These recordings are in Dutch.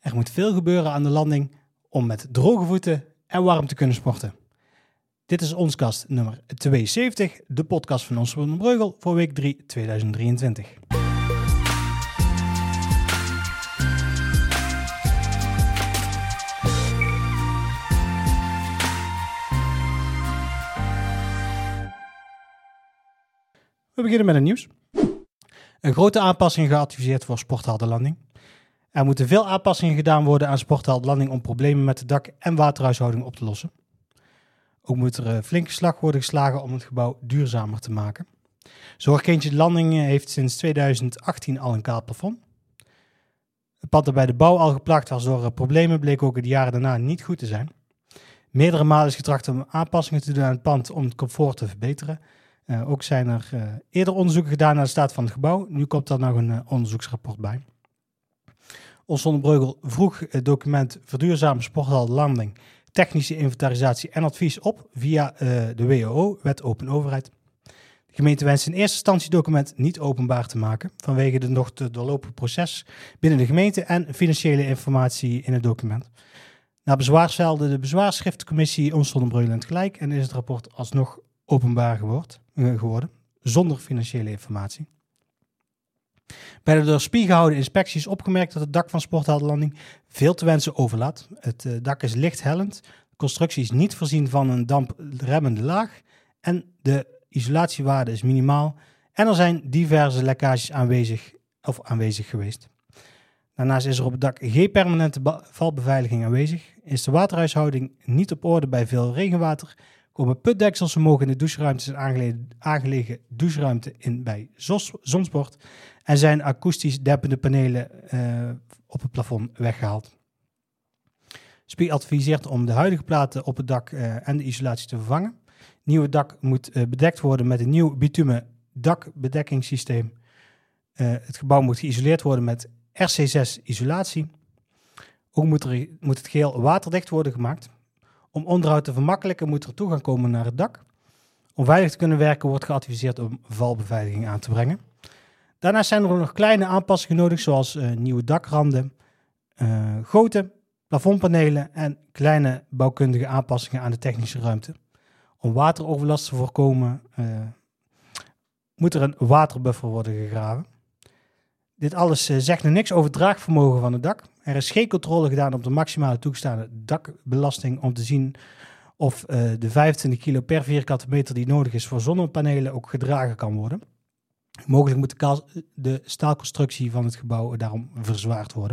Er moet veel gebeuren aan de landing om met droge voeten en warm te kunnen sporten. Dit is Onscast nummer 72, de podcast van Ons van den Breugel voor week 3 2023. We beginnen met het nieuws. Een grote aanpassing geadviseerd voor Sporthal de Landing. Er moeten veel aanpassingen gedaan worden aan Sporthal de Landing om problemen met de dak- en waterhuishouding op te lossen. Ook moet er flinke slag worden geslagen om het gebouw duurzamer te maken. Zorgkindje de Landing heeft sinds 2018 al een kaal plafond. Het pand dat bij de bouw al geplaagd was door problemen bleek ook de jaren daarna niet goed te zijn. Meerdere malen is getracht om aanpassingen te doen aan het pand om het comfort te verbeteren. Ook zijn er eerder onderzoeken gedaan naar de staat van het gebouw. Nu komt er nog een onderzoeksrapport bij. Ons van den Breugel vroeg het document Verduurzamen Sporthal de Landing, technische inventarisatie en advies op via de WOO, Wet Open Overheid. De gemeente wenst in eerste instantie het document niet openbaar te maken vanwege het nog te doorlopen proces binnen de gemeente en financiële informatie in het document. Na bezwaar stelde de bezwaarschriftencommissie Ons van den Breugel in het gelijk en is het rapport alsnog openbaar geworden, zonder financiële informatie. Bij de door SPIE gehouden inspectie is opgemerkt dat het dak van Sporthal de Landing veel te wensen overlaat. Het dak is licht hellend, de constructie is niet voorzien van een dampremmende laag en de isolatiewaarde is minimaal en er zijn diverse lekkages aanwezig geweest. Daarnaast is er op het dak geen permanente valbeveiliging aanwezig, is de waterhuishouding niet op orde bij veel regenwater, komen putdeksels omhoog in de doucheruimtes en aangelegen doucheruimte in bij zonsport en zijn akoestisch dempende panelen op het plafond weggehaald. SPIE adviseert om de huidige platen op het dak en de isolatie te vervangen. Het nieuwe dak moet bedekt worden met een nieuw bitumen dakbedekkingssysteem. Het gebouw moet geïsoleerd worden met RC6 isolatie. Ook moet het geheel waterdicht worden gemaakt. Om onderhoud te vermakkelijken moet er toegang komen naar het dak. Om veilig te kunnen werken wordt geadviseerd om valbeveiliging aan te brengen. Daarnaast zijn er ook nog kleine aanpassingen nodig zoals nieuwe dakranden, goten, plafondpanelen en kleine bouwkundige aanpassingen aan de technische ruimte. Om wateroverlast te voorkomen moet er een waterbuffer worden gegraven. Dit alles zegt nog niks over het draagvermogen van het dak. Er is geen controle gedaan op de maximale toegestaande dakbelasting om te zien of de 25 kilo per vierkante meter die nodig is voor zonnepanelen ook gedragen kan worden. Mogelijk moet de staalconstructie van het gebouw daarom verzwaard worden.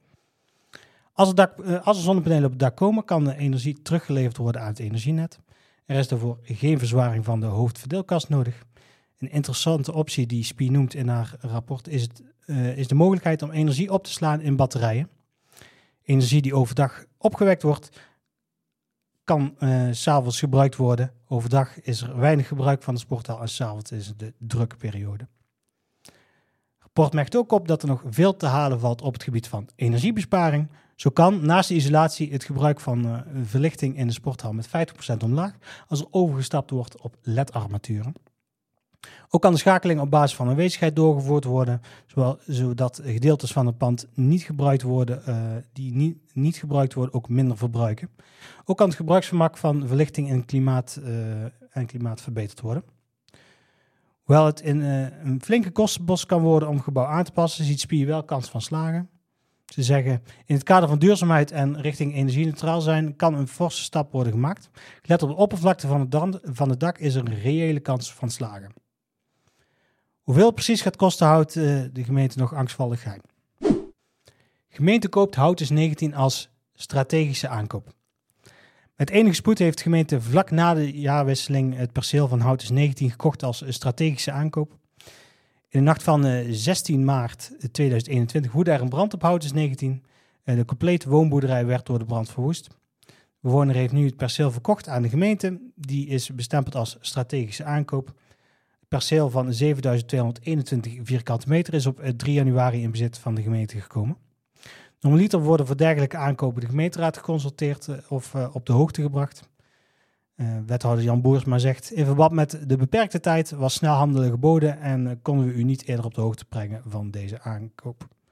Als er zonnepanelen op het dak komen, kan de energie teruggeleverd worden aan het energienet. Er is daarvoor geen verzwaring van de hoofdverdeelkast nodig. Een interessante optie die SPIE noemt in haar rapport is de mogelijkheid om energie op te slaan in batterijen. Energie die overdag opgewekt wordt, kan 's avonds gebruikt worden. Overdag is er weinig gebruik van de sporthal en 's avonds is het de drukke periode. Het rapport merkt ook op dat er nog veel te halen valt op het gebied van energiebesparing. Zo kan naast de isolatie het gebruik van verlichting in de sporthal met 50% omlaag als er overgestapt wordt op LED-armaturen. Ook kan de schakeling op basis van aanwezigheid doorgevoerd worden, zodat gedeeltes van het pand niet gebruikt worden, die niet gebruikt worden, ook minder verbruiken. Ook kan het gebruiksvermak van verlichting en klimaat verbeterd worden. Hoewel het in een flinke kostenpost kan worden om het gebouw aan te passen, ziet SPIE wel kans van slagen. Ze zeggen, in het kader van duurzaamheid en richting energie-neutraal zijn, kan een forse stap worden gemaakt. Gelet op de oppervlakte van het dak is er een reële kans van slagen. Hoeveel het precies gaat kosten, houdt de gemeente nog angstvallig geheim. De gemeente koopt Houtes 19 als strategische aankoop. Met enige spoed heeft de gemeente vlak na de jaarwisseling het perceel van Houtes 19 gekocht als strategische aankoop. In de nacht van 16 maart 2021 woedde er een brand op Houtes 19. De complete woonboerderij werd door de brand verwoest. De bewoner heeft nu het perceel verkocht aan de gemeente. Die is bestempeld als strategische aankoop. Het perceel van 7.221 vierkante meter is op 3 januari in bezit van de gemeente gekomen. Normaliter worden voor dergelijke aankopen de gemeenteraad geconsulteerd of op de hoogte gebracht. Wethouder Jan Boersma zegt, in verband met de beperkte tijd was snel handelen geboden en konden we u niet eerder op de hoogte brengen van deze aankoop.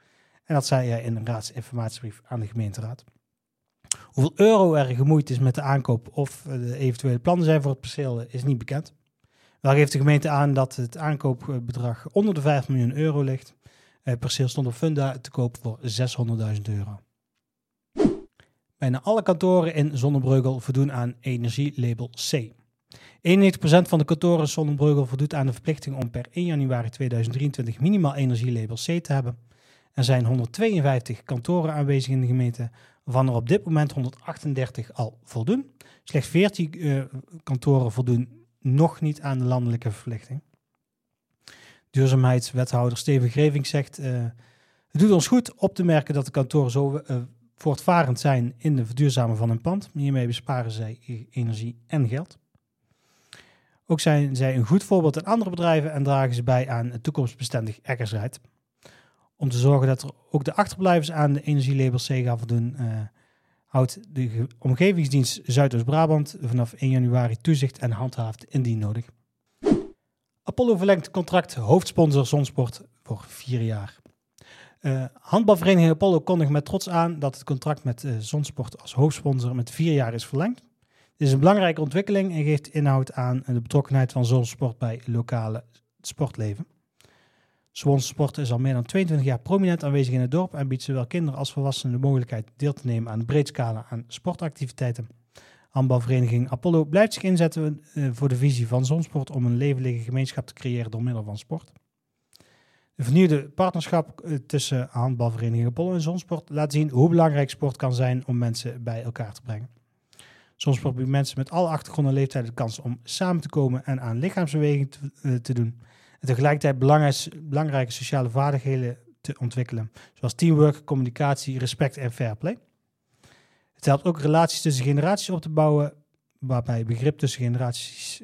En dat zei hij in een raadsinformatiebrief aan de gemeenteraad. Hoeveel euro er gemoeid is met de aankoop of de eventuele plannen zijn voor het perceel is niet bekend. Wel geeft de gemeente aan dat het aankoopbedrag onder de 5 miljoen euro ligt. Het perceel stond op Funda te koop voor €600.000. Bijna alle kantoren in Zonnebreugel voldoen aan energielabel C. 91% van de kantoren in Zonnebreugel voldoet aan de verplichting om per 1 januari 2023 minimaal energielabel C te hebben. Er zijn 152 kantoren aanwezig in de gemeente, waarvan er op dit moment 138 al voldoen. Slechts 14 kantoren voldoen nog niet aan de landelijke verplichting. Duurzaamheidswethouder Steven Greving zegt: het doet ons goed op te merken dat de kantoren zo voortvarend zijn in de verduurzamen van hun pand. Hiermee besparen zij energie en geld. Ook zijn zij een goed voorbeeld aan andere bedrijven en dragen ze bij aan een toekomstbestendig eckersrijd. Om te zorgen dat er ook de achterblijvers aan de energielabel C gaan voldoen, houdt de Omgevingsdienst Zuidoost-Brabant vanaf 1 januari toezicht en handhaaft indien nodig. Apollo verlengt contract hoofdsponsor Zonsport voor 4 jaar. Handbalvereniging Apollo kondigt met trots aan dat het contract met Zonsport als hoofdsponsor met 4 jaar is verlengd. Dit is een belangrijke ontwikkeling en geeft inhoud aan de betrokkenheid van Zonsport bij lokale sportleven. Zonsport is al meer dan 22 jaar prominent aanwezig in het dorp en biedt zowel kinderen als volwassenen de mogelijkheid deel te nemen aan een breed scala aan sportactiviteiten. Handbalvereniging Apollo blijft zich inzetten voor de visie van Zonsport om een levendige gemeenschap te creëren door middel van sport. De vernieuwde partnerschap tussen handbalvereniging Apollo en Zonsport laat zien hoe belangrijk sport kan zijn om mensen bij elkaar te brengen. Zonsport biedt mensen met alle achtergronden en leeftijden de kans om samen te komen en aan lichaamsbeweging te doen. En tegelijkertijd belangrijke sociale vaardigheden te ontwikkelen, zoals teamwork, communicatie, respect en fair play. Het helpt ook relaties tussen generaties op te bouwen, waarbij begrip tussen generaties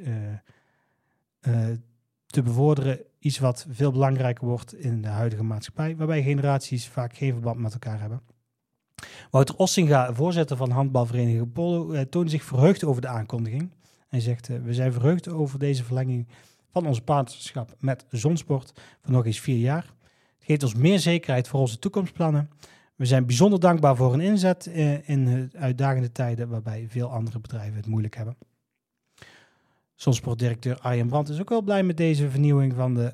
te bevorderen iets wat veel belangrijker wordt in de huidige maatschappij, waarbij generaties vaak geen verband met elkaar hebben. Wouter Ossinga, voorzitter van handbalvereniging Apollo, toonde zich verheugd over de aankondiging. Hij zegt: we zijn verheugd over deze verlenging van onze partnerschap met Zonsport voor nog eens 4 jaar. Het geeft ons meer zekerheid voor onze toekomstplannen. We zijn bijzonder dankbaar voor hun inzet in uitdagende tijden waarbij veel andere bedrijven het moeilijk hebben. Zonsport-directeur Arjen Brandt is ook wel blij met deze vernieuwing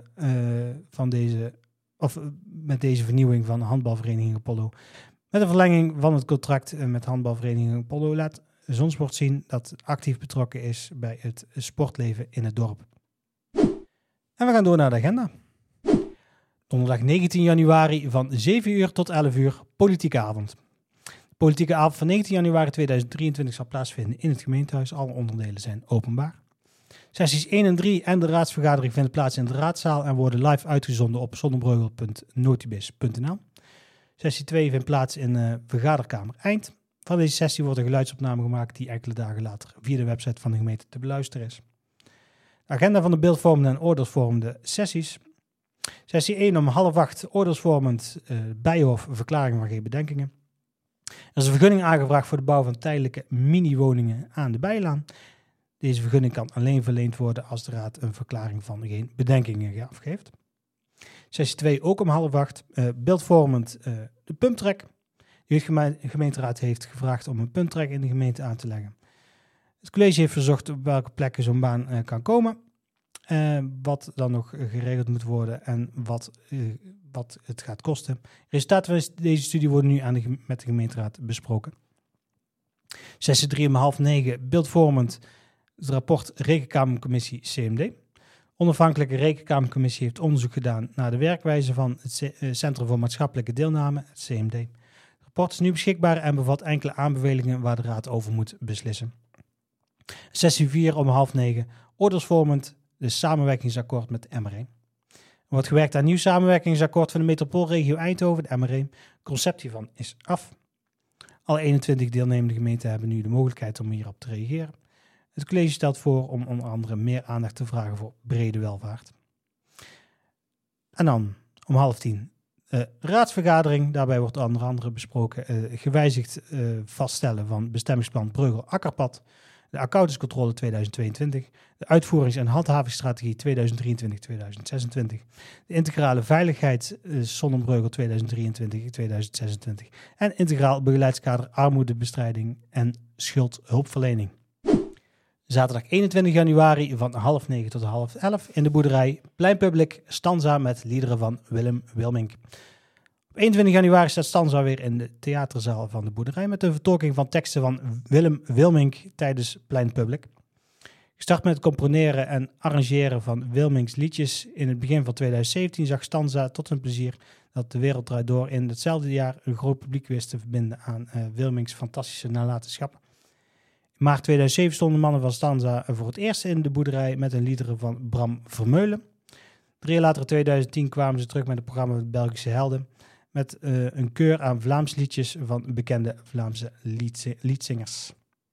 met deze vernieuwing van handbalvereniging Apollo. Met de verlenging van het contract met handbalvereniging Apollo laat Zonsport zien dat het actief betrokken is bij het sportleven in het dorp. En we gaan door naar de agenda. Donderdag 19 januari van 7 uur tot 11 uur, politieke avond. De politieke avond van 19 januari 2023 zal plaatsvinden in het gemeentehuis. Alle onderdelen zijn openbaar. Sessies 1 en 3 en de raadsvergadering vinden plaats in de raadzaal en worden live uitgezonden op zonnebreugel.notibis.nl. Sessie 2 vindt plaats in de vergaderkamer Eind. Van deze sessie wordt een geluidsopname gemaakt die enkele dagen later via de website van de gemeente te beluisteren is. De agenda van de beeldvormende en oordeelsvormende sessies. Sessie 1 om 7:30 oordeelsvormend Bijenhof verklaring van geen bedenkingen. Er is een vergunning aangevraagd voor de bouw van tijdelijke mini-woningen aan de Bijenlaan. Deze vergunning kan alleen verleend worden als de raad een verklaring van geen bedenkingen afgeeft. Sessie 2 ook om 7:30 beeldvormend de pumptrek. De gemeenteraad heeft gevraagd om een pumptrek in de gemeente aan te leggen. Het college heeft verzocht op welke plekken zo'n baan kan komen. Wat dan nog geregeld moet worden en wat het gaat kosten. Resultaten van deze studie worden nu met de gemeenteraad besproken. Sessie 3 om 8:30 beeldvormend het rapport Rekenkamercommissie CMD. Onafhankelijke Rekenkamercommissie heeft onderzoek gedaan naar de werkwijze van het Centrum voor Maatschappelijke Deelname, het CMD. Het rapport is nu beschikbaar en bevat enkele aanbevelingen waar de raad over moet beslissen. Sessie 4 om 8:30 oordeelsvormend de samenwerkingsakkoord met de MRE. Er wordt gewerkt aan een nieuw samenwerkingsakkoord van de metropoolregio Eindhoven, de MRE. Het concept hiervan is af. Alle 21 deelnemende gemeenten hebben nu de mogelijkheid om hierop te reageren. Het college stelt voor om onder andere meer aandacht te vragen voor brede welvaart. En dan om 9:30 raadsvergadering. Daarbij wordt onder andere besproken gewijzigd vaststellen van bestemmingsplan Breugel-Akkerpad. de accountantscontrole 2022, de uitvoerings- en handhavingsstrategie 2023-2026, de integrale veiligheid Sonnenbreugel 2023-2026 en integraal beleidskader armoedebestrijding en schuldhulpverlening. Zaterdag 21 januari van 8:30 tot 10:30 in de boerderij Pleinpublic Stanza met liederen van Willem Wilmink. Op 21 januari staat Stanza weer in de theaterzaal van de boerderij met een vertolking van teksten van Willem Wilmink tijdens Pleinpublic. Gestart met het componeren en arrangeren van Wilminks liedjes in het begin van 2017 zag Stanza tot zijn plezier dat De Wereld Draait Door in hetzelfde jaar een groot publiek wist te verbinden aan Wilminks fantastische nalatenschap. In maart 2007 stonden mannen van Stanza voor het eerst in de boerderij met een liederen van Bram Vermeulen. 3 jaar later in 2010 kwamen ze terug met het programma Belgische Helden met een keur aan Vlaams liedjes van bekende Vlaamse liedzingers.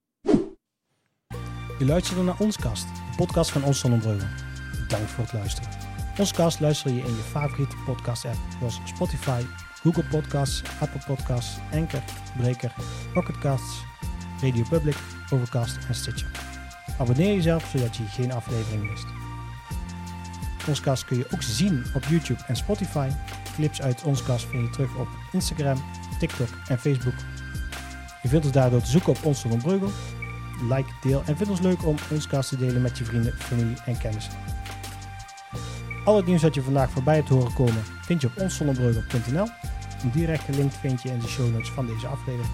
Je luisterde naar Onskast, de podcast van Ons Sonnenbreugel. Bedankt voor het luisteren. Onskast luister je in je favoriete podcast app zoals Spotify, Google Podcasts, Apple Podcasts, Anchor, Breaker, Pocket Casts, Radio Public, Overcast en Stitcher. Abonneer jezelf zodat je geen aflevering mist. Onskast kun je ook zien op YouTube en Spotify. Clips uit Onskast vind je terug op Instagram, TikTok en Facebook. Je vindt ons daardoor te zoeken op Ons Sonnenbreugel. Like, deel en vind ons leuk om Onskast te delen met je vrienden, familie en kennissen. Al het nieuws dat je vandaag voorbij hebt horen komen vind je op onszonnebreugel.nl. Een directe link vind je in de show notes van deze aflevering.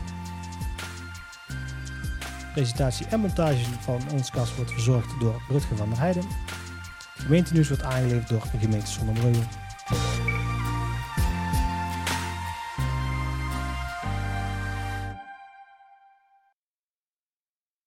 Presentatie en montage van Onskast wordt verzorgd door Rutger van der Heijden. Het gemeentenieuws wordt aangeleverd door de gemeente Sonnenbreugel.